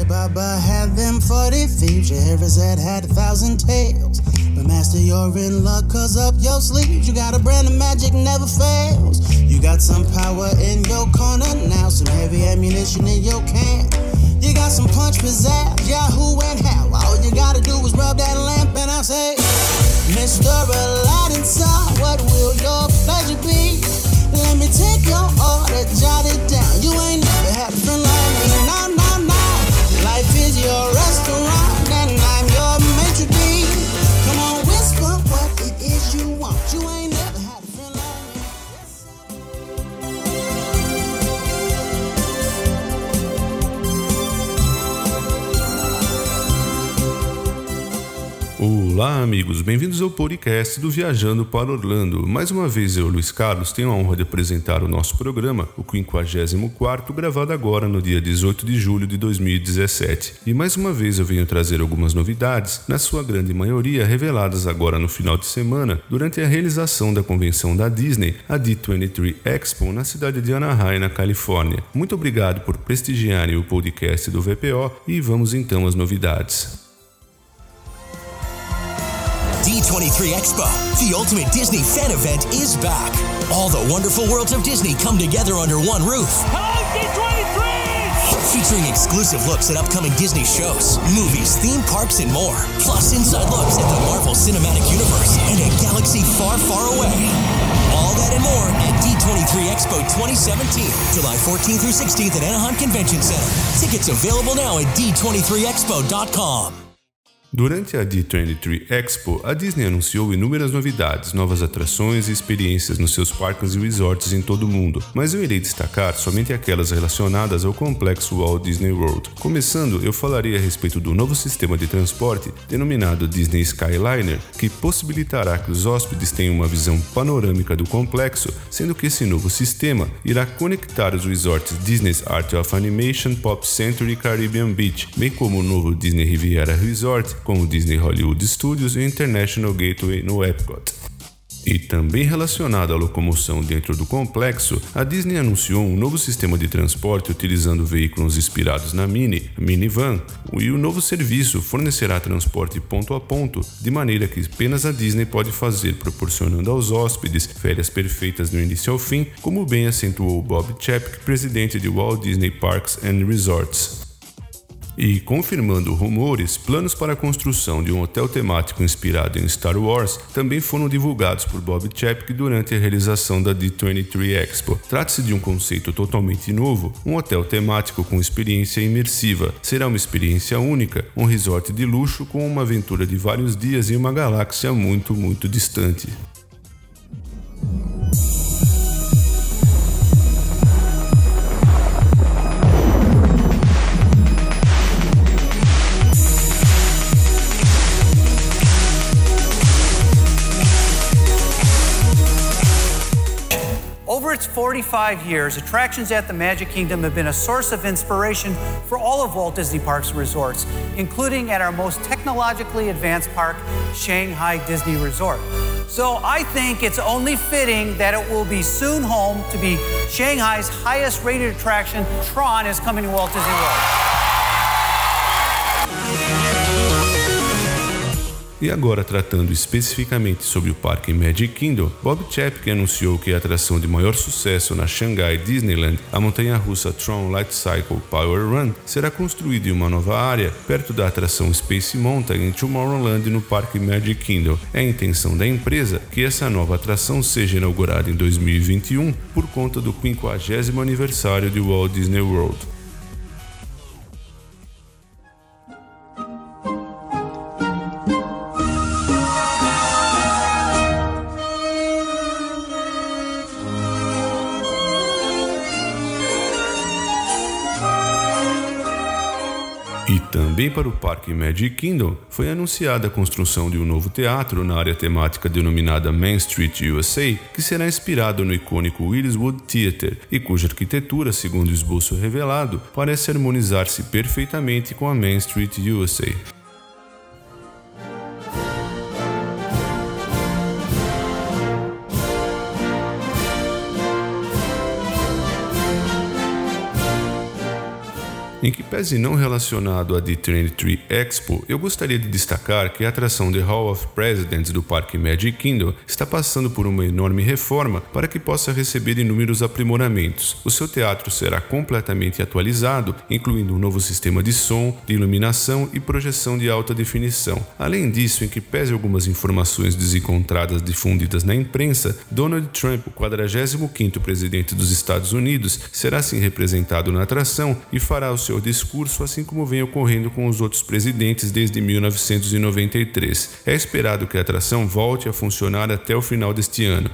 Alibaba had them 40 thieves. Scheherazade had 1,000 tales. But master, you're in luck, cause up your sleeves you got a brand of magic never fails. You got some power in your corner now, some heavy ammunition in your can. You got some punch, pizzazz, Yahoo and how. All you gotta do is rub that lamp and I say, Mr. Aladdin, sir, what will your pleasure be? Let me take your order, jot it down. You ain't never had a friend like me, no, no, no. Life is your restaurant and I'm your maitre d'. Come on, whisper what it is you want. You ain't never had a friend like me. Olá amigos, bem-vindos ao podcast do Viajando para Orlando. Mais uma vez eu, Luiz Carlos, tenho a honra de apresentar o nosso programa, o 54º, gravado agora no dia 18 de julho de 2017. E mais uma vez eu venho trazer algumas novidades, na sua grande maioria reveladas agora no final de semana, durante a realização da convenção da Disney, a D23 Expo, na cidade de Anaheim, na Califórnia. Muito obrigado por prestigiarem o podcast do VPO e vamos então às novidades. D23 Expo, the ultimate Disney fan event, is back. All the wonderful worlds of Disney come together under one roof. Hello, D23! Featuring exclusive looks at upcoming Disney shows, movies, theme parks, and more. Plus inside looks at the Marvel Cinematic Universe and a galaxy far, far away. All that and more at D23 Expo 2017, July 14th through 16th at Anaheim Convention Center. Tickets available now at d23expo.com. Durante a D23 Expo, a Disney anunciou inúmeras novidades, novas atrações e experiências nos seus parques e resorts em todo o mundo, mas eu irei destacar somente aquelas relacionadas ao complexo Walt Disney World. Começando, eu falarei a respeito do novo sistema de transporte denominado Disney Skyliner, que possibilitará que os hóspedes tenham uma visão panorâmica do complexo, sendo que esse novo sistema irá conectar os resorts Disney's Art of Animation, Pop Century e Caribbean Beach, bem como o novo Disney Riviera Resort, com o Disney Hollywood Studios e o International Gateway no Epcot. E também relacionado à locomoção dentro do complexo, a Disney anunciou um novo sistema de transporte utilizando veículos inspirados na minivan, e o novo serviço fornecerá transporte ponto a ponto, de maneira que apenas a Disney pode fazer, proporcionando aos hóspedes férias perfeitas do início ao fim, como bem acentuou Bob Chapek, presidente de Walt Disney Parks and Resorts. E, confirmando rumores, planos para a construção de um hotel temático inspirado em Star Wars também foram divulgados por Bob Chapek durante a realização da D23 Expo. Trata-se de um conceito totalmente novo, um hotel temático com experiência imersiva. Será uma experiência única, um resort de luxo com uma aventura de vários dias em uma galáxia muito, muito distante. Over its 45 years, attractions at the Magic Kingdom have been a source of inspiration for all of Walt Disney Parks and Resorts, including at our most technologically advanced park, Shanghai Disney Resort. So I think it's only fitting that it will be soon home to be Shanghai's highest rated attraction. Tron is coming to Walt Disney World. E agora, tratando especificamente sobre o parque Magic Kingdom, Bob Chapek anunciou que a atração de maior sucesso na Shanghai Disneyland, a montanha-russa Tron Light Cycle Power Run, será construída em uma nova área, perto da atração Space Mountain em Tomorrowland no parque Magic Kingdom. É a intenção da empresa que essa nova atração seja inaugurada em 2021 por conta do 50º aniversário de Walt Disney World. E também para o Parque Magic Kingdom foi anunciada a construção de um novo teatro na área temática denominada Main Street USA, que será inspirado no icônico Williswood Theatre e cuja arquitetura, segundo o esboço revelado, parece harmonizar-se perfeitamente com a Main Street USA. Em que pese não relacionado à D23 Expo, eu gostaria de destacar que a atração The Hall of Presidents do Parque Magic Kingdom está passando por uma enorme reforma para que possa receber inúmeros aprimoramentos. O seu teatro será completamente atualizado, incluindo um novo sistema de som, de iluminação e projeção de alta definição. Além disso, em que pese algumas informações desencontradas difundidas na imprensa, Donald Trump, o 45º presidente dos Estados Unidos, será assim representado na atração e fará o seu discurso, assim como vem ocorrendo com os outros presidentes desde 1993. É esperado que a atração volte a funcionar até o final deste ano.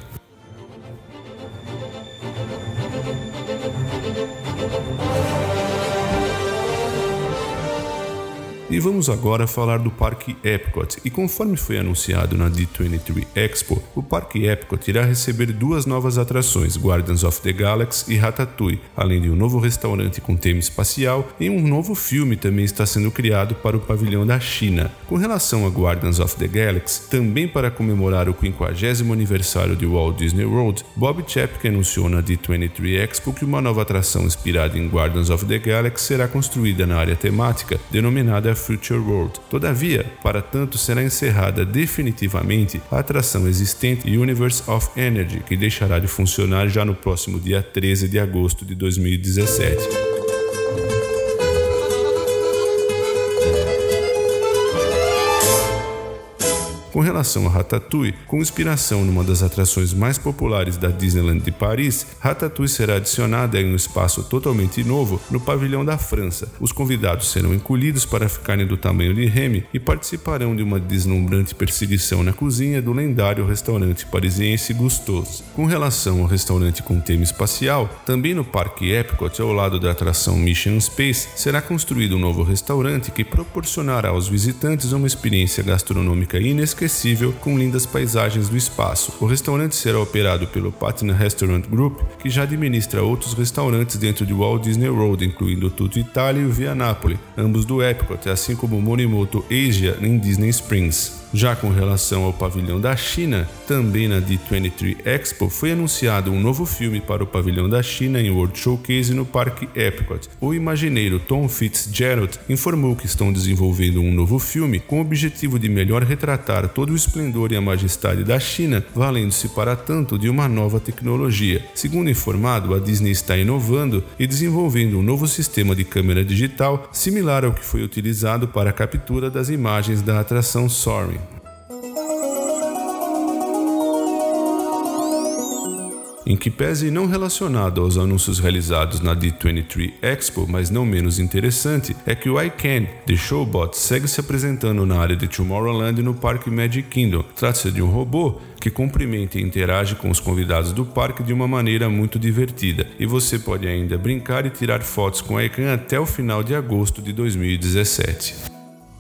E vamos agora falar do Parque Epcot, e conforme foi anunciado na D23 Expo, o Parque Epcot irá receber duas novas atrações, Guardians of the Galaxy e Ratatouille, além de um novo restaurante com tema espacial, e um novo filme também está sendo criado para o pavilhão da China. Com relação a Guardians of the Galaxy, também para comemorar o 50º aniversário de Walt Disney World, Bob Chapek anunciou na D23 Expo que uma nova atração inspirada em Guardians of the Galaxy será construída na área temática, denominada Future World. Todavia, para tanto, será encerrada definitivamente a atração existente Universe of Energy, que deixará de funcionar já no próximo dia 13 de agosto de 2017. Com relação a Ratatouille, com inspiração numa das atrações mais populares da Disneyland de Paris, Ratatouille será adicionada em um espaço totalmente novo no pavilhão da França. Os convidados serão encolhidos para ficarem do tamanho de Remy e participarão de uma deslumbrante perseguição na cozinha do lendário restaurante parisiense Gusteau's. Com relação ao restaurante com tema espacial, também no Parque Epcot, ao lado da atração Mission Space, será construído um novo restaurante que proporcionará aos visitantes uma experiência gastronômica inesquecível com lindas paisagens do espaço. O restaurante será operado pelo Patina Restaurant Group, que já administra outros restaurantes dentro de Walt Disney World, incluindo o Tutto Italia e o Via Napoli, ambos do Epcot, assim como o Morimoto Asia em Disney Springs. Já com relação ao pavilhão da China, também na D23 Expo foi anunciado um novo filme para o pavilhão da China em World Showcase no Parque Epcot. O imagineiro Tom Fitzgerald informou que estão desenvolvendo um novo filme com o objetivo de melhor retratar todo o esplendor e a majestade da China, valendo-se para tanto de uma nova tecnologia. Segundo informado, a Disney está inovando e desenvolvendo um novo sistema de câmera digital similar ao que foi utilizado para a captura das imagens da atração Soarin'. Em que pese não relacionado aos anúncios realizados na D23 Expo, mas não menos interessante, é que o iCan, The Showbot, segue se apresentando na área de Tomorrowland no Parque Magic Kingdom. Trata-se de um robô que cumprimenta e interage com os convidados do parque de uma maneira muito divertida, e você pode ainda brincar e tirar fotos com o iCan até o final de agosto de 2017.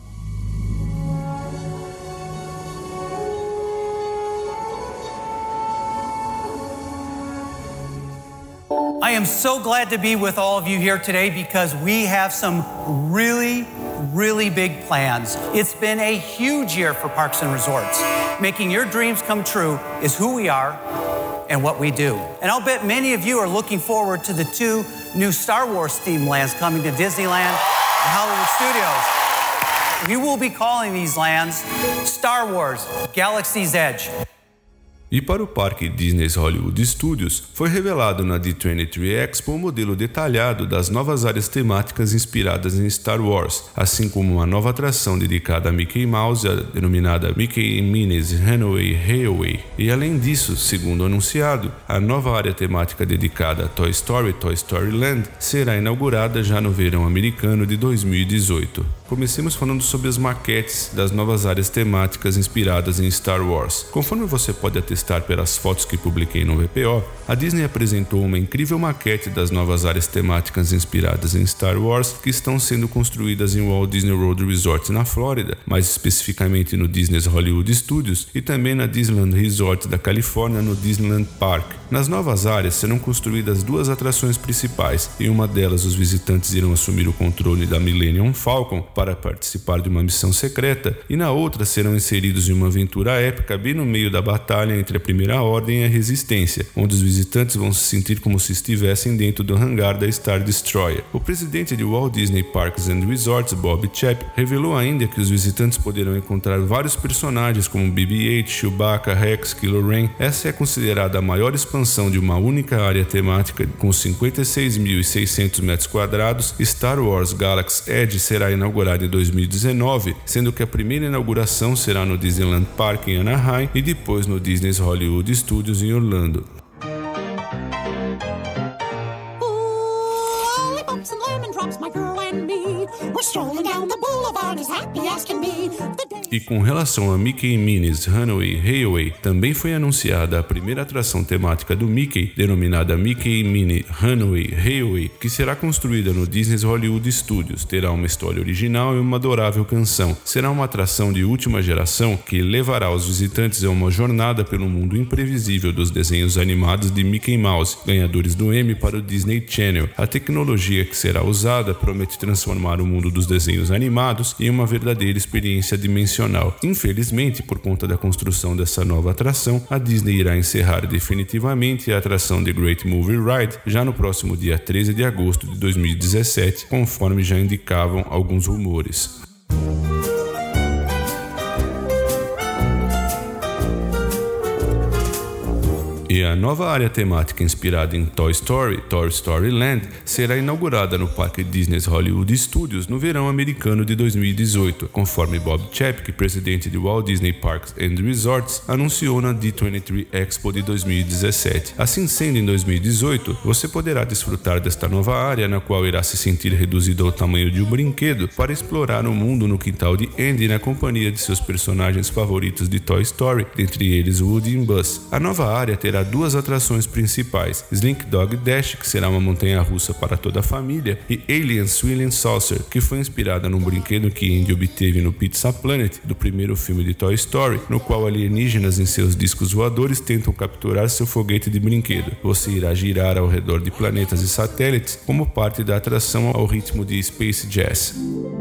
I am so glad to be with all of you here today because we have some really big plans. It's been a huge year for Parks and Resorts. Making your dreams come true is who we are and what we do. And I'll bet many of you are looking forward to the 2 new Star Wars themed lands coming to Disneyland and Hollywood Studios. We will be calling these lands Star Wars Galaxy's Edge. E para o parque Disney's Hollywood Studios, foi revelado na D23 Expo um modelo detalhado das novas áreas temáticas inspiradas em Star Wars, assim como uma nova atração dedicada a Mickey Mouse, denominada Mickey & Minnie's Runaway Railway. E além disso, segundo anunciado, a nova área temática dedicada a Toy Story Land, será inaugurada já no verão americano de 2018. Comecemos falando sobre as maquetes das novas áreas temáticas inspiradas em Star Wars. Conforme você pode atestar pelas fotos que publiquei no VPO, a Disney apresentou uma incrível maquete das novas áreas temáticas inspiradas em Star Wars que estão sendo construídas em Walt Disney World Resort na Flórida, mais especificamente no Disney's Hollywood Studios e também na Disneyland Resort da Califórnia no Disneyland Park. Nas novas áreas serão construídas 2 atrações principais. Em uma delas, os visitantes irão assumir o controle da Millennium Falcon, para participar de uma missão secreta, e na outra serão inseridos em uma aventura épica bem no meio da batalha entre a Primeira Ordem e a Resistência, onde os visitantes vão se sentir como se estivessem dentro do hangar da Star Destroyer. O presidente de Walt Disney Parks and Resorts, Bob Chapek, revelou ainda que os visitantes poderão encontrar vários personagens como BB-8, Chewbacca, Rex, Kylo Ren. Essa é considerada a maior expansão de uma única área temática com 56.600 metros quadrados. Star Wars Galaxy's Edge será inaugurada em 2019, sendo que a primeira inauguração será no Disneyland Park em Anaheim e depois no Disney's Hollywood Studios em Orlando. E com relação a Mickey Minnie's Runaway Railway, também foi anunciada a primeira atração temática do Mickey, denominada Mickey Minnie Runaway Railway, que será construída no Disney's Hollywood Studios. Terá uma história original e uma adorável canção. Será uma atração de última geração que levará os visitantes a uma jornada pelo mundo imprevisível dos desenhos animados de Mickey Mouse, ganhadores do Emmy para o Disney Channel. A tecnologia que será usada promete transformar o mundo dos desenhos animados em uma verdadeira experiência dimensional. Infelizmente, por conta da construção dessa nova atração, a Disney irá encerrar definitivamente a atração The Great Movie Ride já no próximo dia 13 de agosto de 2017, conforme já indicavam alguns rumores. E a nova área temática inspirada em Toy Story, Toy Story Land, será inaugurada no Parque Disney's Hollywood Studios no verão americano de 2018, conforme Bob Chapek, presidente de Walt Disney Parks and Resorts, anunciou na D23 Expo de 2017. Assim sendo, em 2018, você poderá desfrutar desta nova área, na qual irá se sentir reduzido ao tamanho de um brinquedo para explorar o mundo no quintal de Andy na companhia de seus personagens favoritos de Toy Story, dentre eles Woody e Buzz. A nova área terá duas atrações principais, Slink Dog Dash, que será uma montanha-russa para toda a família, e Alien Swirling Saucer, que foi inspirada num brinquedo que Andy obteve no Pizza Planet, do primeiro filme de Toy Story, no qual alienígenas em seus discos voadores tentam capturar seu foguete de brinquedo. Você irá girar ao redor de planetas e satélites como parte da atração ao ritmo de Space Jazz.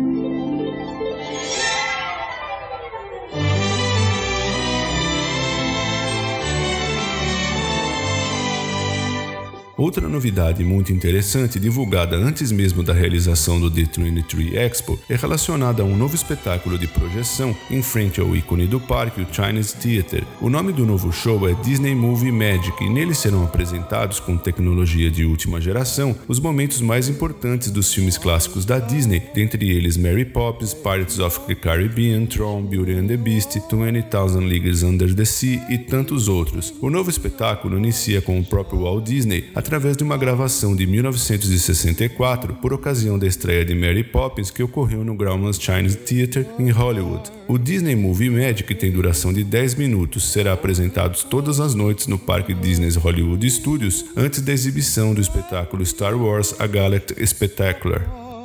Outra novidade muito interessante, divulgada antes mesmo da realização do D23 Expo, é relacionada a um novo espetáculo de projeção em frente ao ícone do parque, o Chinese Theater. O nome do novo show é Disney Movie Magic e nele serão apresentados, com tecnologia de última geração, os momentos mais importantes dos filmes clássicos da Disney, dentre eles Mary Poppins, Pirates of the Caribbean, Tron, Beauty and the Beast, 20,000 Leagues Under the Sea e tantos outros. O novo espetáculo inicia com o próprio Walt Disney, através de uma gravação de 1964 por ocasião da estreia de Mary Poppins, que ocorreu no Grauman's Chinese Theater em Hollywood. O Disney Movie Magic tem duração de 10 minutos, será apresentado todas as noites no Parque Disney's Hollywood Studios antes da exibição do espetáculo Star Wars: A Galactic Spectacular.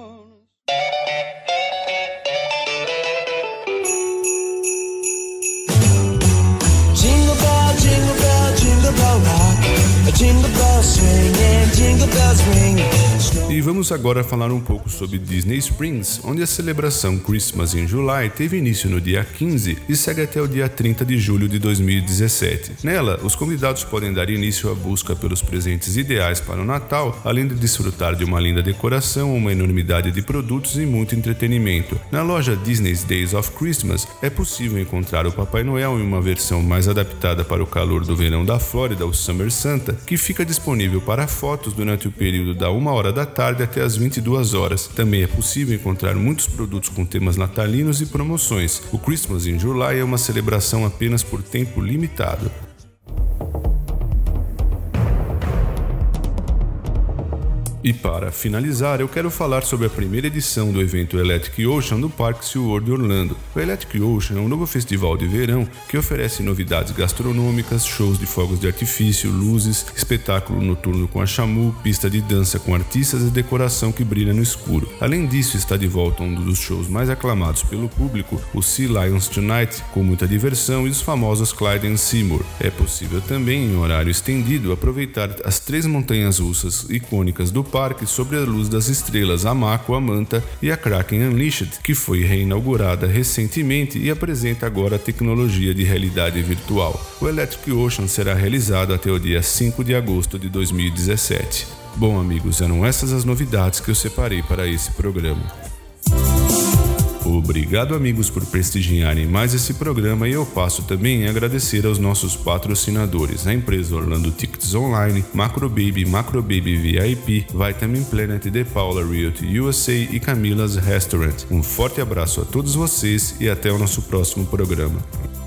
Jingle bell, jingle bell, jingle bell rock. Jingle bells swing and jingle bells ring. E vamos agora falar um pouco sobre Disney Springs, onde a celebração Christmas in July teve início no dia 15 e segue até o dia 30 de julho de 2017. Nela, os convidados podem dar início à busca pelos presentes ideais para o Natal, além de desfrutar de uma linda decoração, uma enormidade de produtos e muito entretenimento. Na loja Disney's Days of Christmas, é possível encontrar o Papai Noel em uma versão mais adaptada para o calor do verão da Flórida, o Summer Santa, que fica disponível para fotos durante o período da 1h da tarde até as 22 horas. Também é possível encontrar muitos produtos com temas natalinos e promoções. O Christmas in July é uma celebração apenas por tempo limitado. E para finalizar, eu quero falar sobre a primeira edição do evento Electric Ocean do Parque SeaWorld Orlando. O Electric Ocean é um novo festival de verão que oferece novidades gastronômicas, shows de fogos de artifício, luzes, espetáculo noturno com a Shamu, pista de dança com artistas e decoração que brilha no escuro. Além disso, está de volta um dos shows mais aclamados pelo público, o Sea Lions Tonight, com muita diversão, e os famosos Clyde and Seymour. É possível também, em horário estendido, aproveitar as 3 montanhas russas icônicas do parque parque sob a luz das estrelas a Mako, a Manta e a Kraken Unleashed, que foi reinaugurada recentemente e apresenta agora a tecnologia de realidade virtual. O Electric Ocean será realizado até o dia 5 de agosto de 2017. Bom, amigos, eram essas as novidades que eu separei para esse programa. Obrigado, amigos, por prestigiarem mais esse programa, e eu passo também a agradecer aos nossos patrocinadores, a empresa Orlando Tickets Online, Macrobaby VIP, Vitamin Planet, The Paula Realty USA e Camila's Restaurant. Um forte abraço a todos vocês e até o nosso próximo programa.